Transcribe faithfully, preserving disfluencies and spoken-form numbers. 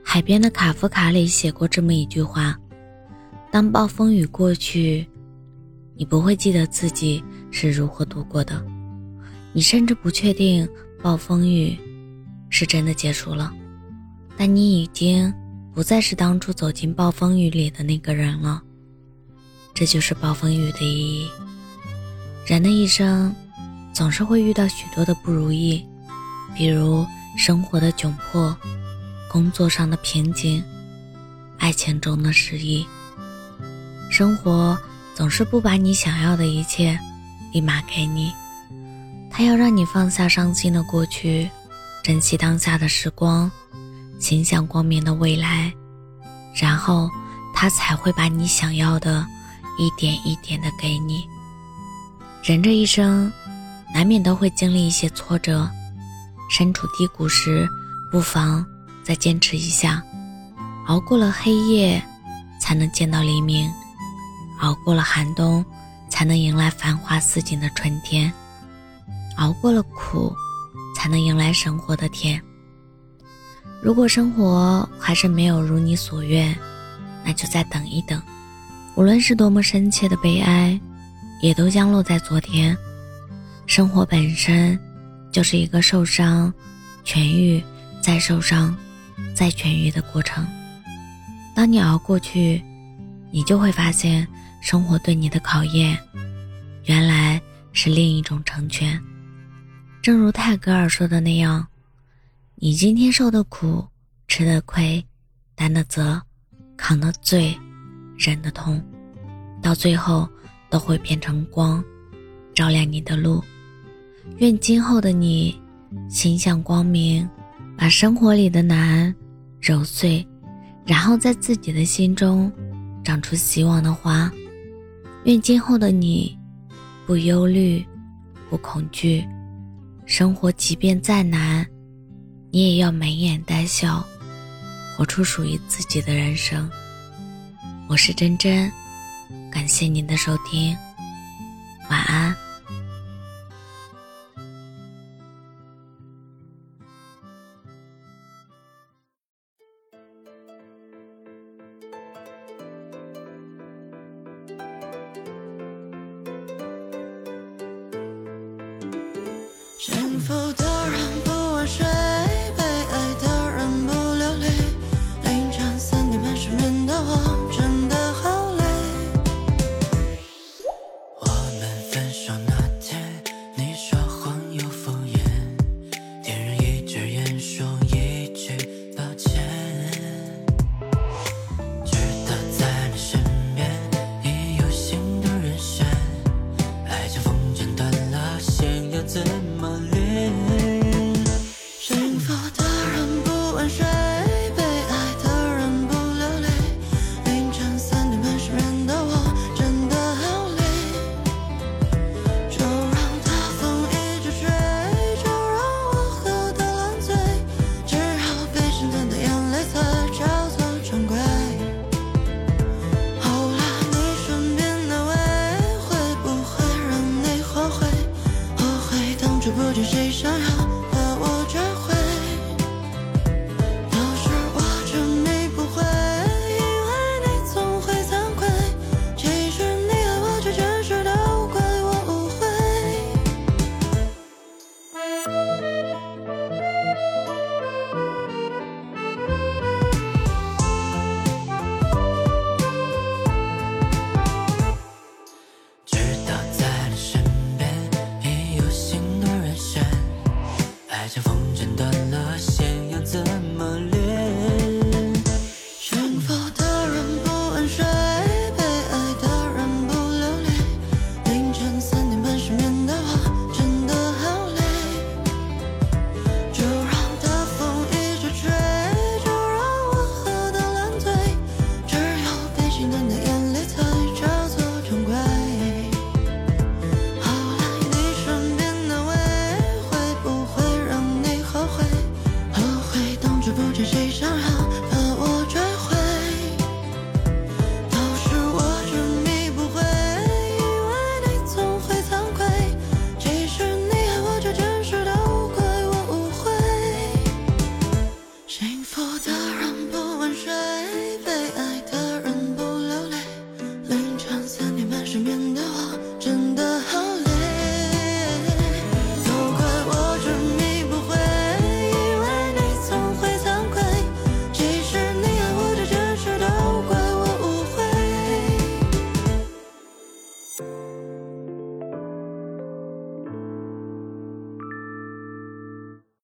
海边的卡夫卡里写过这么一句话：当暴风雨过去，你不会记得自己是如何度过的，你甚至不确定暴风雨是真的结束了，但你已经不再是当初走进暴风雨里的那个人了。这就是暴风雨的意义。人的一生总是会遇到许多的不如意，比如生活的窘迫，工作上的瓶颈，爱情中的失意。生活总是不把你想要的一切立马给你，它要让你放下伤心的过去，珍惜当下的时光，心向光明的未来，然后它才会把你想要的一点一点的给你。人这一生难免都会经历一些挫折，身处低谷时不妨再坚持一下，熬过了黑夜才能见到黎明，熬过了寒冬才能迎来繁花似锦的春天，熬过了苦才能迎来生活的甜。如果生活还是没有如你所愿，那就再等一等，无论是多么深切的悲哀，也都将落在昨天。生活本身就是一个受伤、痊愈、再受伤、再痊愈的过程。当你熬过去，你就会发现生活对你的考验原来是另一种成全。正如泰戈尔说的那样，你今天受的苦，吃的亏，担的责，扛的罪，忍的痛，到最后都会变成光，照亮你的路。愿今后的你心向光明，把生活里的难揉碎，然后在自己的心中长出希望的花。愿今后的你不忧虑，不恐惧，生活即便再难，你也要眉眼带笑，活出属于自己的人生。我是真真，感谢您的收听，晚安。 幸福的人不晚睡，被爱的人不流泪，凌晨三点半失眠的我真的好累。我们分手那天，你说谎又敷衍，点燃一支烟，说一句抱歉，直到在你身边已有新的人选，爱像风筝断了线要怎么连？ 福的人不问谁被爱